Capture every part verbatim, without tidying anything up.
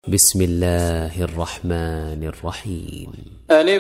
بسم الله الرحمن الرحيم. ألف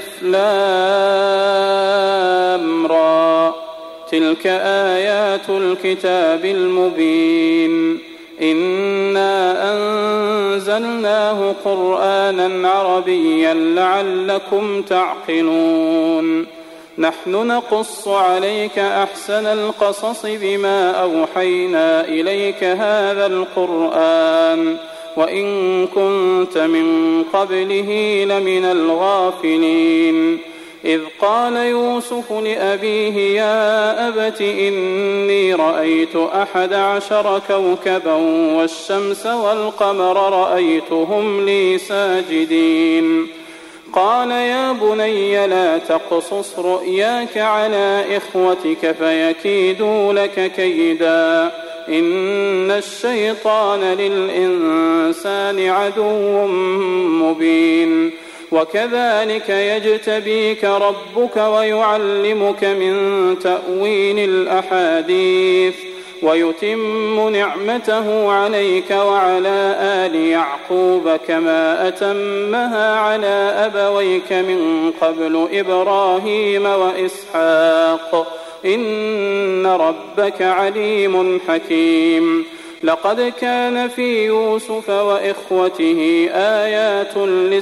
لام را، تلك آيات الكتاب المبين. إنا أنزلناه قرآنا عربيا لعلكم تعقلون. نحن نقص عليك أحسن القصص بما أوحينا إليك هذا القرآن وإن كنت من قبله لمن الغافلين. إذ قال يوسف لأبيه يا أبت إني رأيت أحد عشر كوكبا والشمس والقمر رأيتهم لي ساجدين. قال يا بني لا تقصص رؤياك على إخوتك فيكيدوا لك كيدا إن الشيطان للإنسان عدو مبين. وكذلك يجتبيك ربك ويعلمك من تأويل الأحاديث ويتم نعمته عليك وعلى آل يعقوب كما أتمها على أبويك من قبل إبراهيم وإسحاق إن ربك عليم حكيم. لقد كان في يوسف وإخوته آيات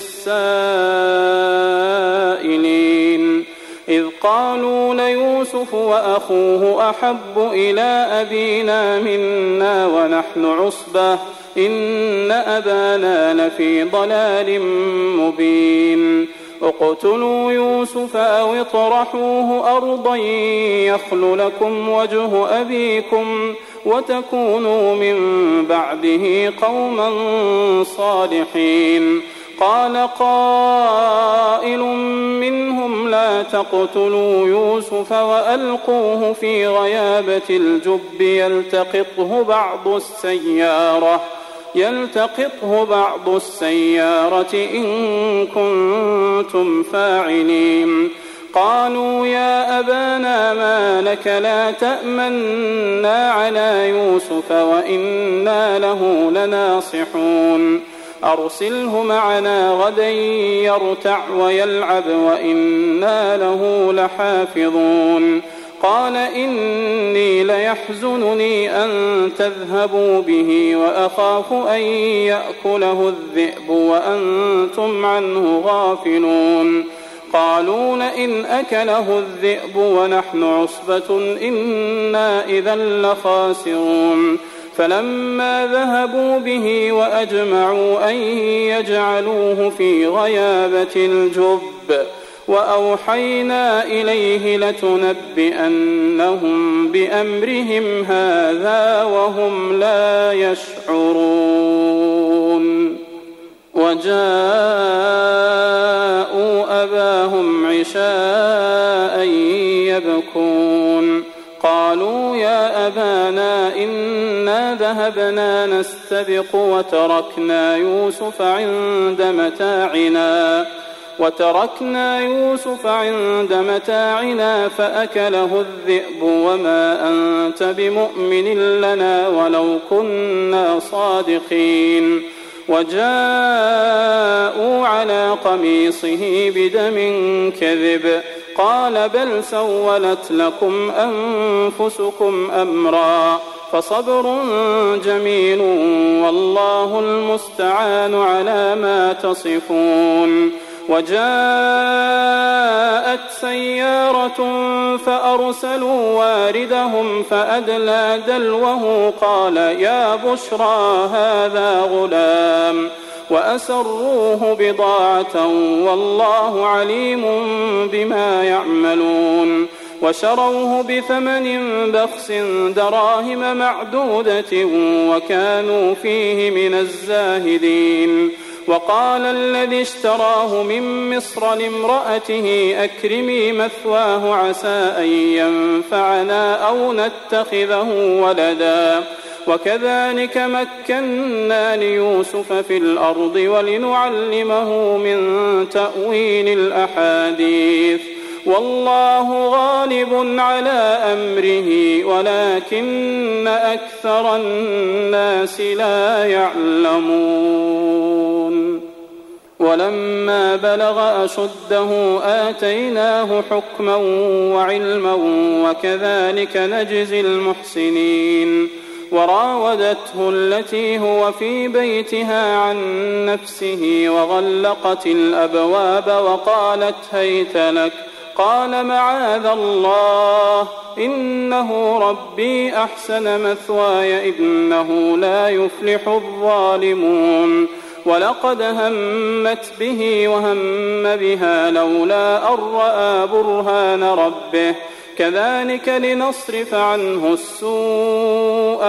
للسائلين إذ قالوا ليوسف وأخوه أحب إلى أبينا منا ونحن عصبة إن أبانا لفي ضلال مبين. اقتلوا يوسف أو اطرحوه أرضا يخل لكم وجه أبيكم وتكونوا من بعده قوما صالحين. قال قائل منهم لا تقتلوا يوسف وألقوه في غيابة الجب يلتقطه بعض السيارة يلتقطه بعض السيارة إن كنتم فاعلين. قالوا يا أبانا ما لك لا تأمنا على يوسف وإنا له لناصحون. أرسله معنا غدا يرتع ويلعب وإنا له لحافظون. قال إني ليحزنني أن تذهبوا به وأخاف أن يأكله الذئب وأنتم عنه غافلون. قالوا لئن أكله الذئب ونحن عصبة إنا إذا لخاسرون. فلما ذهبوا به وأجمعوا أن يجعلوه في غيابة الجب وأوحينا إليه لتنبئنهم بأمرهم هذا وهم لا يشعرون. وجاءوا أباهم عشاء يبكون. قالوا يا أبانا إنا ذهبنا نستبق وتركنا يوسف عند متاعنا وتركنا يوسف عند متاعنا فأكله الذئب وما أنت بمؤمن لنا ولو كنا صادقين. وجاءوا على قميصه بدم كذب قال بل سولت لكم أنفسكم أمرا فصبر جميل والله المستعان على ما تصفون. وجاءت سيارة فأرسلوا واردهم فأدلى دلوه قال يا بشرى هذا غلام وأسروه بضاعة والله عليم بما يعملون. وشروه بثمن بخس دراهم معدودة وكانوا فيه من الزاهدين. وقال الذي اشتراه من مصر لامرأته أكرمي مثواه عسى أن ينفعنا أو نتخذه ولدا. وكذلك مكنا ليوسف في الأرض ولنعلمه من تأويل الأحاديث والله غالب على أمره ولكن أكثر الناس لا يعلمون. ولما بلغ أشده آتيناه حكما وعلما وكذلك نجزي المحسنين وراودته التي هو في بيتها عن نفسه وغلقت الأبواب وقالت هيت لك قال معاذ الله إنه ربي أحسن مثواي إنه لا يفلح الظالمون ولقد همت به وهم بها لولا أن رأى برهان ربه كذلك لنصرف عنه السوء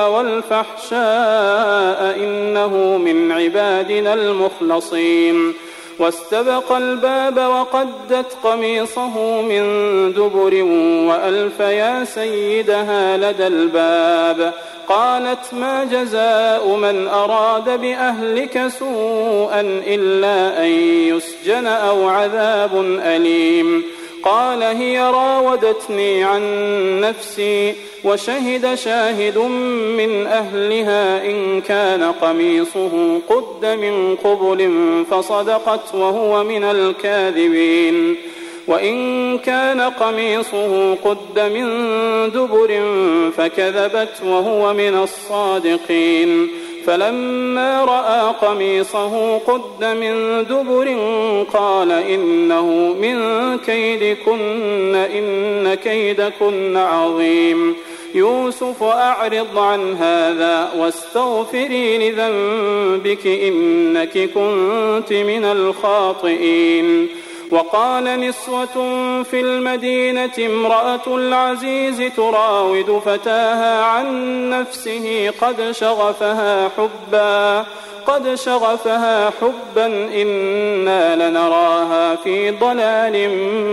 والفحشاء إنه من عبادنا المخلصين واستبق الباب وقدت قميصه من دبر وألف يا سيدها لدى الباب قالت ما جزاء من أراد بأهلك سوءا إلا أن يسجن أو عذاب أليم قال هي راودتني عن نفسي وشهد شاهد من أهلها إن كان قميصه قد من قبل فصدقت وهو من الكاذبين وإن كان قميصه قد من دبر فكذبت وهو من الصادقين فلما رأى قميصه قد من دبر قال إنه من كيدكن إن كيدكن عظيم يوسف أعرض عن هذا واستغفري لذنبك إنك كنت من الخاطئين وقال نسوة في المدينة امرأة العزيز تراود فتاها عن نفسه قد شغفها حبا قد شغفها حبا إنا لنراها في ضلال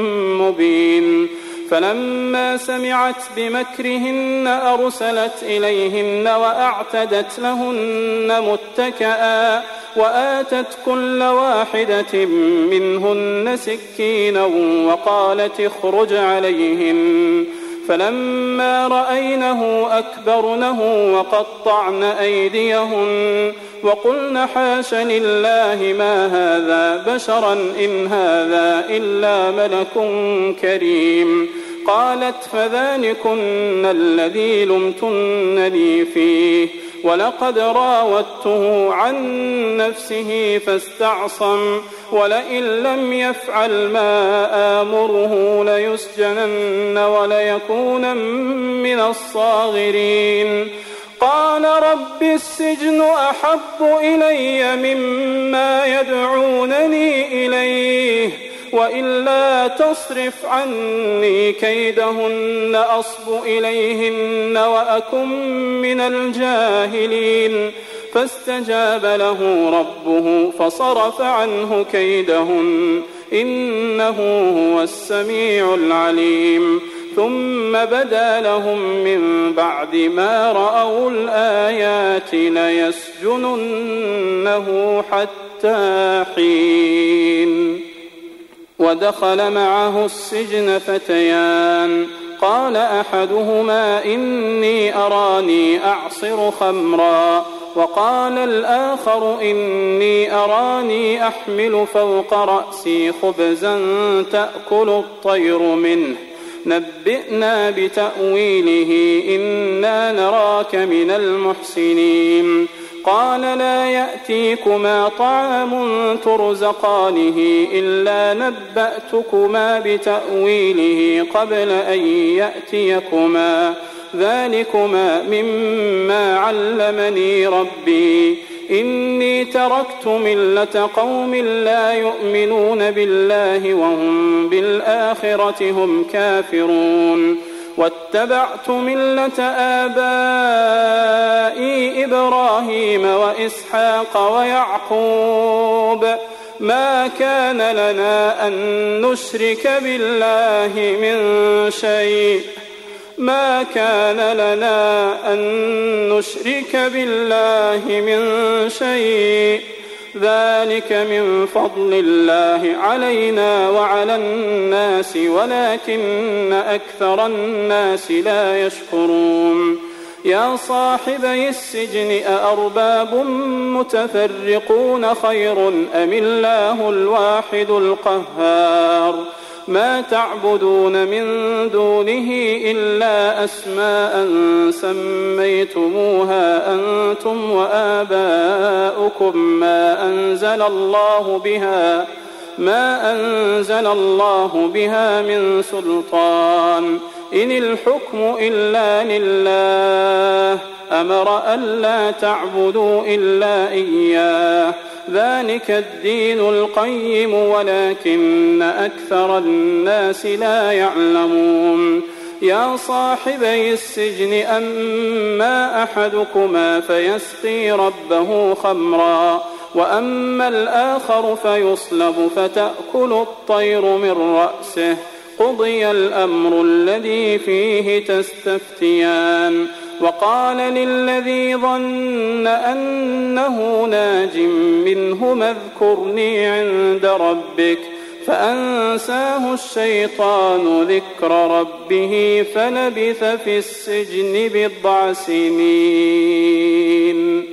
مبين فلما سمعت بمكرهن أرسلت إليهن وأعتدت لهن متكئا وآتت كل واحدة منهن سكينا وقالت اخرج عليهن فلما رأينه أكبرنه وقطعن أيديهن وقلن حاش لله ما هذا بشرا إن هذا إلا ملك كريم قالت فذلكن الذي لمتنني فيه ولقد راودته عن نفسه فاستعصم ولئن لم يفعل ما آمره ليسجنن وليكون من الصاغرين قال رب السجن أحب إلي مما يدعونني إليه وإلا تصرف عني كيدهن أصب إليهن وأكن من الجاهلين فاستجاب له ربه فصرف عنه كيدهن إنه هو السميع العليم ثم بدا لهم من بعد ما رأوا الآيات ليسجننه حتى حين ودخل معه السجن فتيان قال أحدهما إني أراني أعصر خمرا وقال الآخر إني أراني أحمل فوق رأسي خبزا تأكل الطير منه نبئنا بتأويله إنا نراك من المحسنين قال لا يأتيكما طعام ترزقانه إلا نبأتكما بتأويله قبل أن يأتيكما ذلكما مما علمني ربي إني تركت ملة قوم لا يؤمنون بالله وهم بالآخرة هم كافرون واتبعت ملة آبائي إبراهيم وإسحاق ويعقوب ما كان لنا أن نشرك بالله من شيء ما كان لنا أن نشرك بالله من شيء ذلك من فضل الله علينا وعلى الناس ولكن أكثر الناس لا يشكرون يا صاحبي السجن أأرباب متفرقون خير أم الله الواحد القهار ما تعبدون من دونه إلا أسماء سميتموها أنتم وآباؤكم ما أنزل الله بها ما أنزل الله بها من سلطان إن الحكم إلا لله أمر ألا تعبدوا إلا إياه ذلك الدين القيم ولكن أكثر الناس لا يعلمون يا صاحبي السجن أما أحدكما فيسقي ربه خمرا وأما الآخر فيصلب فتأكل الطير من رأسه قضي الأمر الذي فيه تستفتيان وقال للذي ظن أنه ناج منهما اذكرني عند ربك فأنساه الشيطان ذكر ربه فلبث في السجن بضع سنين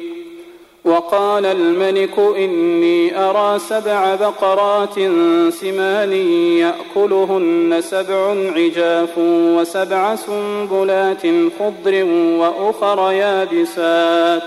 وقال الملك إني أرى سبع بقرات سمان يأكلهن سبع عجاف وسبع سنبلات خضر وأخر يابسات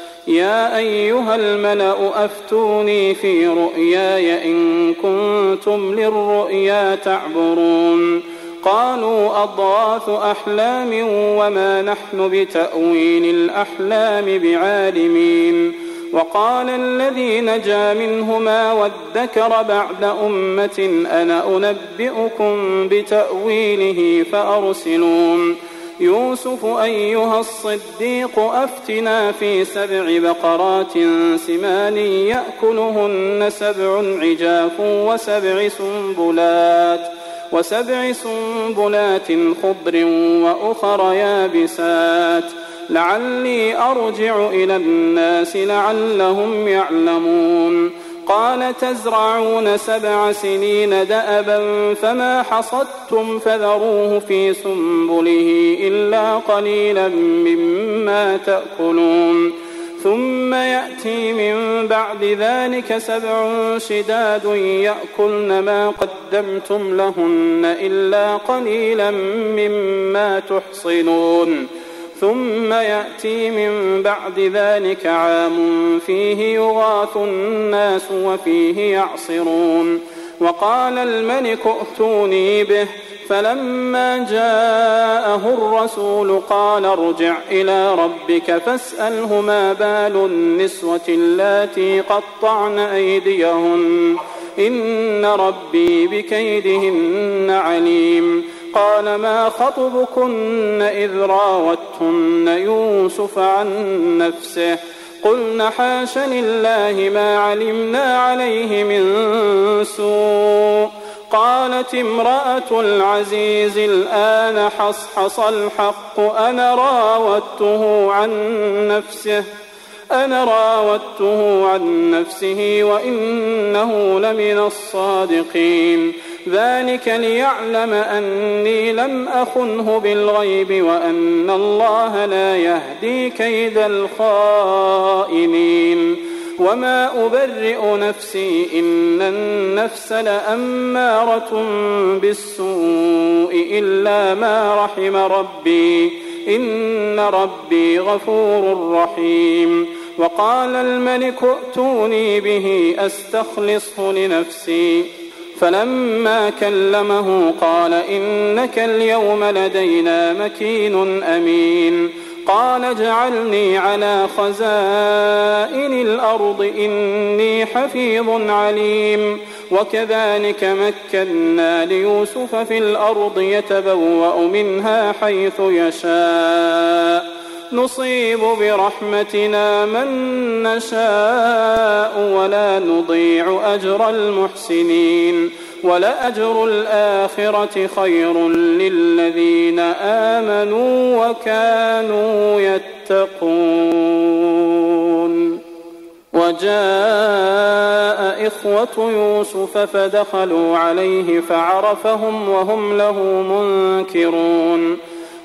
يا أيها الملأ أفتوني في رؤياي إن كنتم للرؤيا تعبرون قالوا أضغاث أحلام وما نحن بتأويل الأحلام بعالمين وقال الذي نجا منهما وادكر بعد أمة أنا أنبئكم بتأويله فأرسلون يوسف أيها الصديق أفتنا في سبع بقرات سمان يأكلهن سبع عجاف وسبع سنبلات وسبع سنبلات خضر وأخر يابسات لعلي أرجع إلى الناس لعلهم يعلمون قال تزرعون سبع سنين دأبا فما حصدتم فذروه في سنبله إلا قليلا مما تأكلون ثم يأتي من بعد ذلك سبع شداد يأكلن ما قدمتم لهن إلا قليلا مما تحصنون ثم يأتي من بعد ذلك عام فيه يغاث الناس وفيه يعصرون وقال الملك ائتوني به فلما جاءه الرسول قال ارجع إلى ربك فاسأله ما بال النسوة اللاتي قطعن أيديهن إن ربي بكيدهن عليم قال ما خطبكن إذ راوتن يوسف عن نفسه قلن حاش لله ما علمنا عليه من سوء قالت امرأة العزيز الآن حصحص الحق أنا راودته عن نفسه أنا راودته عن نفسه وإنه لمن الصادقين ذلك ليعلم أني لم أخنه بالغيب وأن الله لا يهدي كيد الخائنين وما أبرئ نفسي إن النفس لأمارة بالسوء إلا ما رحم ربي إن ربي غفور رحيم وقال الملك ائتوني به أستخلصه لنفسي فلما كلمه قال إنك اليوم لدينا مكين أمين قال اجعلني على خزائن الأرض إني حفيظ عليم وكذلك مكنا ليوسف في الأرض يتبوأ منها حيث يشاء نصيب برحمتنا من نشاء ولا نضيع أجر المحسنين ولأجر الآخرة خير للذين آمنوا وكانوا يتقون وجاء إخوة يوسف فدخلوا عليه فعرفهم وهم له منكرون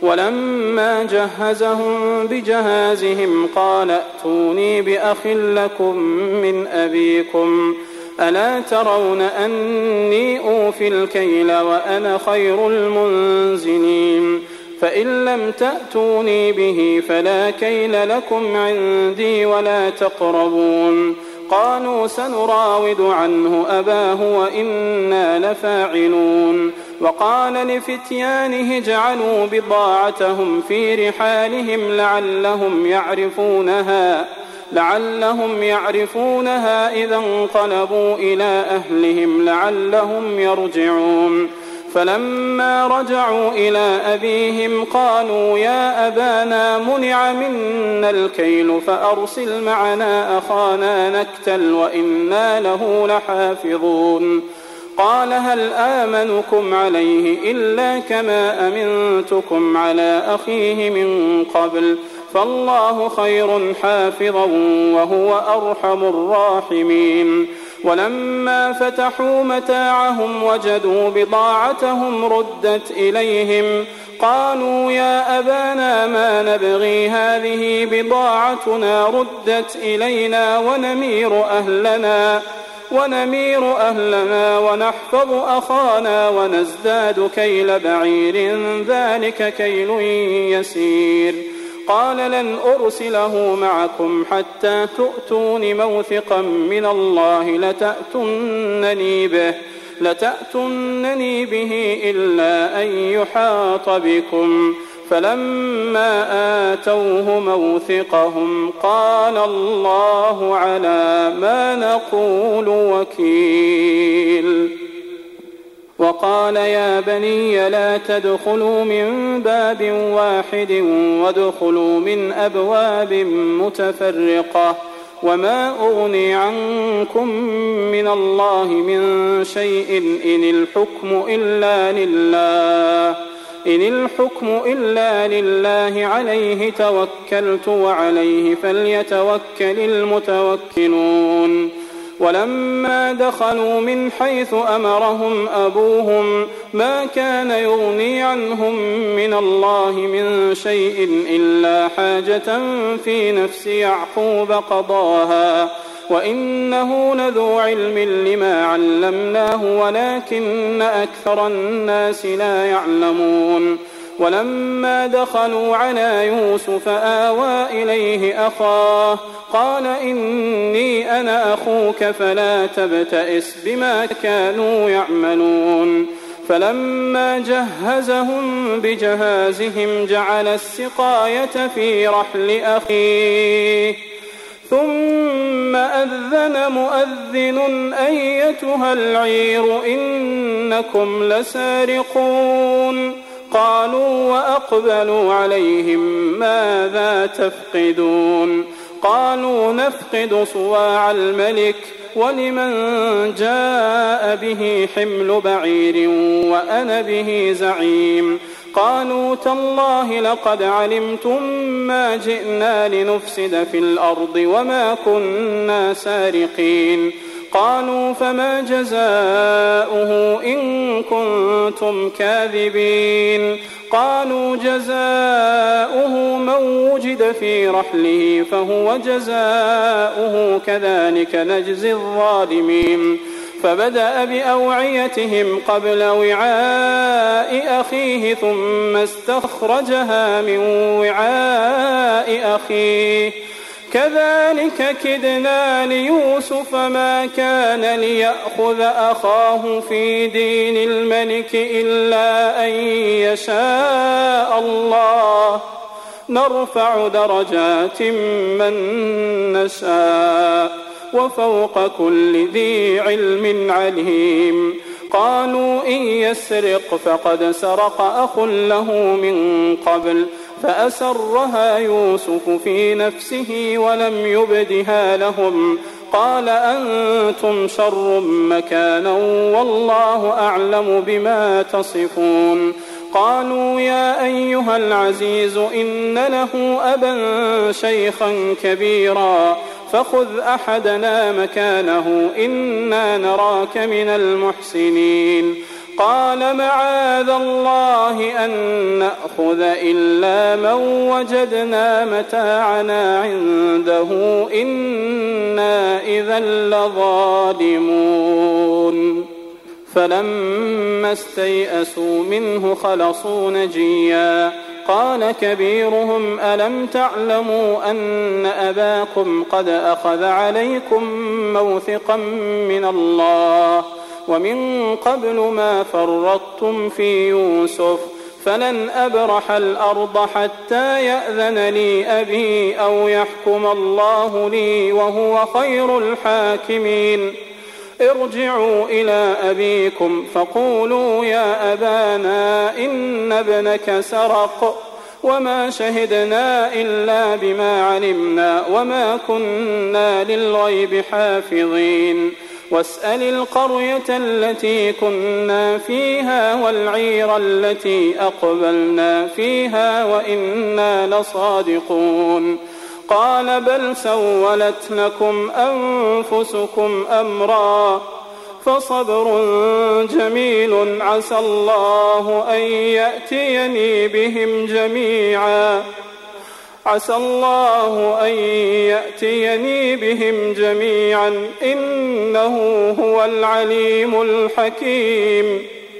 ولما جهزهم بجهازهم قال ائتوني بأخ لكم من أبيكم ألا ترون أني أوفي الكيل وأنا خير المنزلين فإن لم تأتوني به فلا كيل لكم عندي ولا تقربون قالوا سنراود عنه أباه وإنا لفاعلون وقال لفتيانه اجعلوا بضاعتهم في رحالهم لعلهم يعرفونها لعلهم يعرفونها إذا انقلبوا إلى أهلهم لعلهم يرجعون فلما رجعوا إلى أبيهم قالوا يا أبانا منع منا الكيل فأرسل معنا أخانا نكتل وإنا له لحافظون قال هل آمنكم عليه إلا كما أمنتكم على أخيه من قبل فالله خير حافظا وهو أرحم الراحمين ولما فتحوا متاعهم وجدوا بضاعتهم ردت إليهم قالوا يا أبانا ما نبغي هذه بضاعتنا ردت إلينا ونمير أهلنا ونمير أهلنا ونحفظ أخانا ونزداد كيل بعير ذلك كيل يسير قال لن أرسله معكم حتى تؤتون موثقا من الله لتأتونني به لتأتونني به إلا أن يحاط بكم فلما آتوه موثقهم قال الله على ما نقول وكيل وقال يا بني لا تدخلوا من باب واحد وادخلوا من أبواب متفرقة وما أغني عنكم من الله من شيء إن الحكم إلا لله إن الحكم إلا لله عليه توكلت وعليه فليتوكل المتوكلون ولما دخلوا من حيث أمرهم أبوهم ما كان يغني عنهم من الله من شيء إلا حاجة في نفس يعقوب قضاها وإنه لذو علم لما علمناه ولكن أكثر الناس لا يعلمون ولما دخلوا على يوسف آوى إليه أخاه قال إني أنا أخوك فلا تبتئس بما كانوا يعملون فلما جهزهم بجهازهم جعل السقاية في رحل أخيه ثم أذن مؤذن أيتها العير إنكم لسارقون قالوا وأقبلوا عليهم ماذا تفقدون قالوا نفقد صواع الملك ولمن جاء به حمل بعير وأنا به زعيم قالوا تالله لقد علمتم ما جئنا لنفسد في الأرض وما كنا سارقين قالوا فما جزاؤه إن كنتم كاذبين قالوا جزاؤه من وجد في رحله فهو جزاؤه كذلك نجزي الظالمين فبدأ بأوعيتهم قبل وعاء أخيه ثم استخرجها من وعاء أخيه كذلك كدنا ليوسف ما كان ليأخذ أخاه في دين الملك إلا أن يشاء الله نرفع درجات من نشاء وفوق كل ذي علم عليم قالوا إن يسرق فقد سرق أخ له من قبل فأسرها يوسف في نفسه ولم يبدها لهم قال أنتم شر مكانا والله أعلم بما تصفون قالوا يا أيها العزيز إن له أبا شيخا كبيرا فخذ أحدنا مكانه إنا نراك من المحسنين قال معاذ الله أن نأخذ إلا من وجدنا متاعنا عنده إنا إذا لظالمون فلما استيئسوا منه خلصوا نجيا قال كبيرهم ألم تعلموا أن أباكم قد أخذ عليكم موثقا من الله ومن قبل ما فرطتم في يوسف فلن أبرح الأرض حتى يأذن لي أبي أو يحكم الله لي وهو خير الحاكمين ارجعوا إلى أبيكم فقولوا يا أبانا إن ابنك سرق وما شهدنا إلا بما علمنا وما كنا للغيب حافظين واسأل القرية التي كنا فيها والعير التي أقبلنا فيها وإنا لصادقون قال بل سولت لكم أنفسكم أمرا فصبر جميل عسى الله أن يأتيني بهم جميعا عسى الله أن يأتيني بهم جميعا إنه هو العليم الحكيم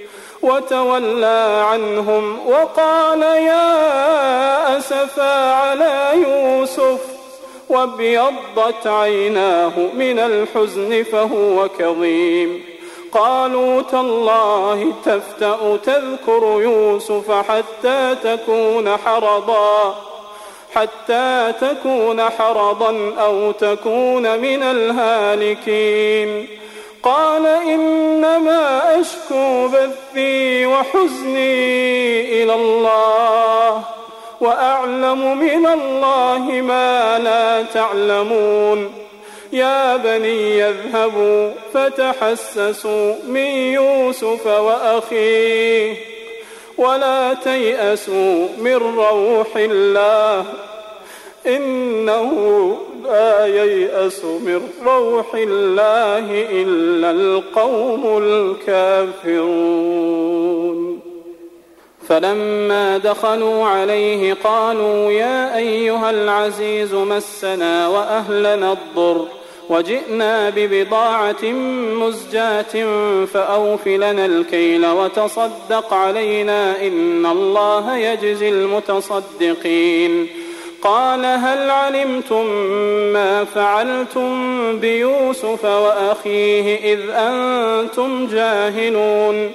وتولى عنهم وقال يا أسفا على يوسف وابيضت عيناه من الحزن فهو كظيم قالوا تالله تفتأ تذكر يوسف حتى تكون حرضا حتى تكون حرضا أو تكون من الهالكين قال إنما أشكو بثي وحزني إلى الله وأعلم من الله ما لا تعلمون يا بني يذهبوا فتحسسوا من يوسف وأخيه ولا تيأسوا من روح الله إنه لا ييأس من روح الله إلا القوم الكافرون فلما دخلوا عليه قالوا يا أيها العزيز مسنا وأهلنا الضر وجئنا ببضاعة مزجاة فأوف لنا الكيل وتصدق علينا إن الله يجزي المتصدقين قال هل علمتم ما فعلتم بيوسف وأخيه إذ أنتم جاهلون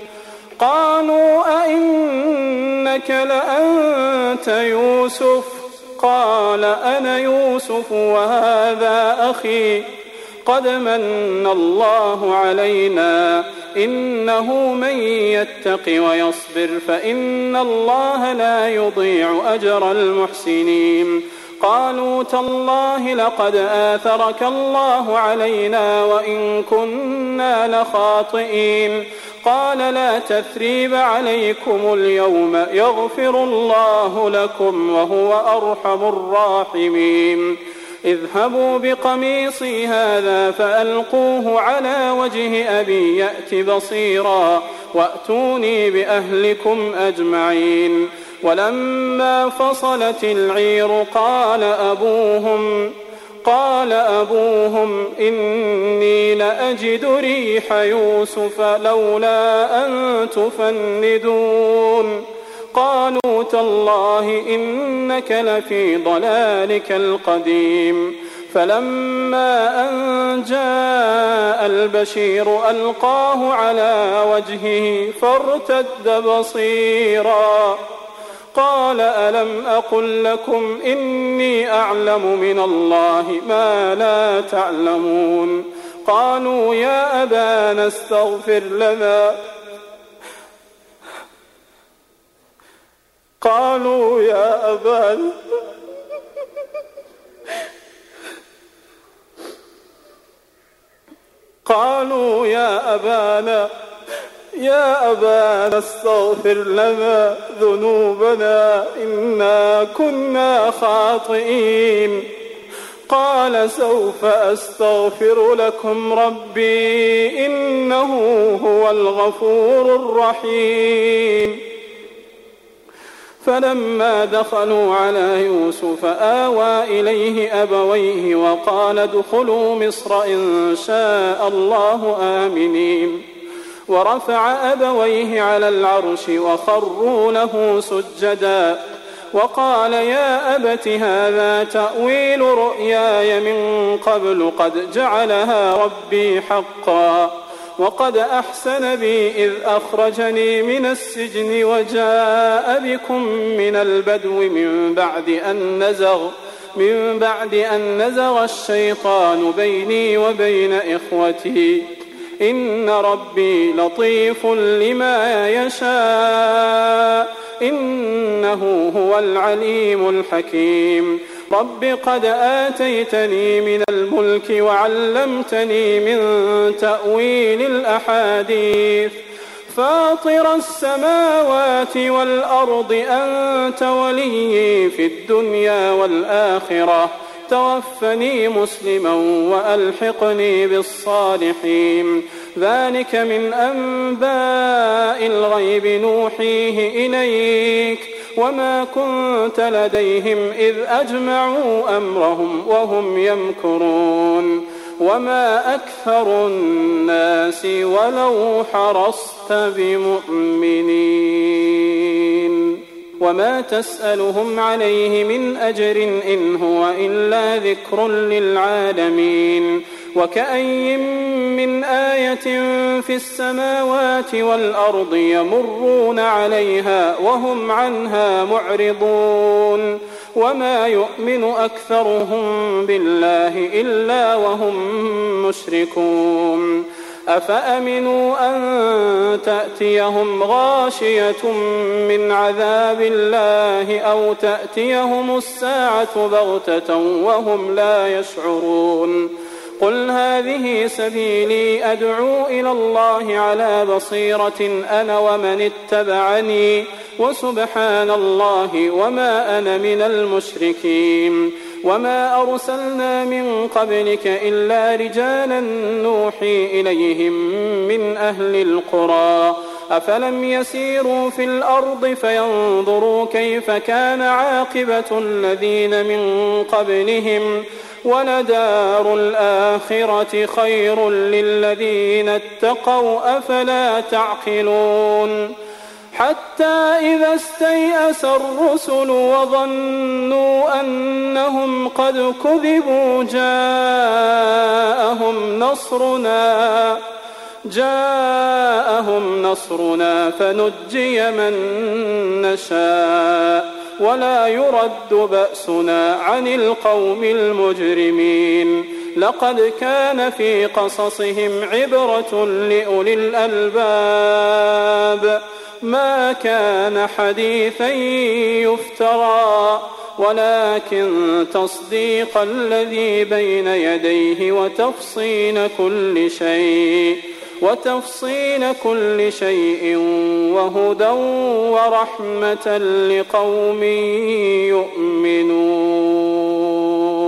قالوا أئنك لأنت يوسف قال أنا يوسف وهذا أخي قد من الله علينا إنه من يتق ويصبر فإن الله لا يضيع أجر المحسنين قالوا تالله لقد آثرك الله علينا وإن كنا لخاطئين قال لا تثريب عليكم اليوم يغفر الله لكم وهو أرحم الراحمين اذهبوا بقميصي هذا فألقوه على وجه أبي يأت بصيرا وأتوني بأهلكم أجمعين ولما فصلت العير قال أبوهم قال أبوهم إني لأجد ريح يوسف لولا أن تفندون قالوا تالله إنك لفي ضلالك القديم فلما أن جاء البشير ألقاه على وجهه فارتد بصيرا قال ألم أقل لكم إني أعلم من الله ما لا تعلمون قالوا يا أبانا استغفر لنا قالوا يا أبانا قالوا يا أبانا يا أبانا استغفر لنا ذنوبنا إنا كنا خاطئين سوف أستغفر لكم ربي إنه هو هو الغفور الرحيم. فلما دخلوا على يوسف آوى إليه أبويه وقال ادخلوا مصر إن شاء الله آمنين. ورفع أبويه على العرش وخروا له سجدا وقال يا أبت هذا تأويل رؤياي من قبل قد جعلها ربي حقا وقد أحسن بي إذ أخرجني من السجن وجاء بكم من البدو من بعد أن نزغ من بعد أن نزغ الشيطان بيني وبين إخوتي إن ربي لطيف لما يشاء إنه هو العليم الحكيم. رب قد آتيتني من الملك وعلمتني من تأويل الأحاديث فاطر السماوات والأرض أنت ولي في الدنيا والآخرة توفني مسلما وألحقني بالصالحين. ذلك من أنباء الغيب نوحيه إليك وما كنت لديهم إذ أجمعوا أمرهم وهم يمكرون وما أكثر الناس ولو حرصت بمؤمنين وما تسألهم عليه من أجر إن هو إلا ذكر للعالمين. وكأي من آية في السماوات والأرض يمرون عليها وهم عنها معرضون وما يؤمن أكثرهم بالله إلا وهم مشركون. أفأمنوا أن تأتيهم غاشية من عذاب الله أو تأتيهم الساعة بغتة وهم لا يشعرون. قل هذه سبيلي أدعو إلى الله على بصيرة أنا ومن اتبعني وسبحان الله وما أنا من المشركين. وما أرسلنا من قبلك إلا رجالا نوحي إليهم من أهل القرى أفلم يسيروا في الأرض فينظروا كيف كان عاقبة الذين من قبلهم ولدار الآخرة خير للذين اتقوا أفلا تعقلون. حتى إذا استيأس الرسل وظنوا أنهم قد كذبوا جاءهم نصرنا جاءهم نصرنا فنجي من نشاء ولا يرد بأسنا عن القوم المجرمين. لقد كان في قصصهم عبرة لأولي الألباب ما كان حديثا يفترى ولكن تصديق الذي بين يديه وتفصيل كل شيء وتفصيل كل شيء وهدى ورحمة لقوم يؤمنون.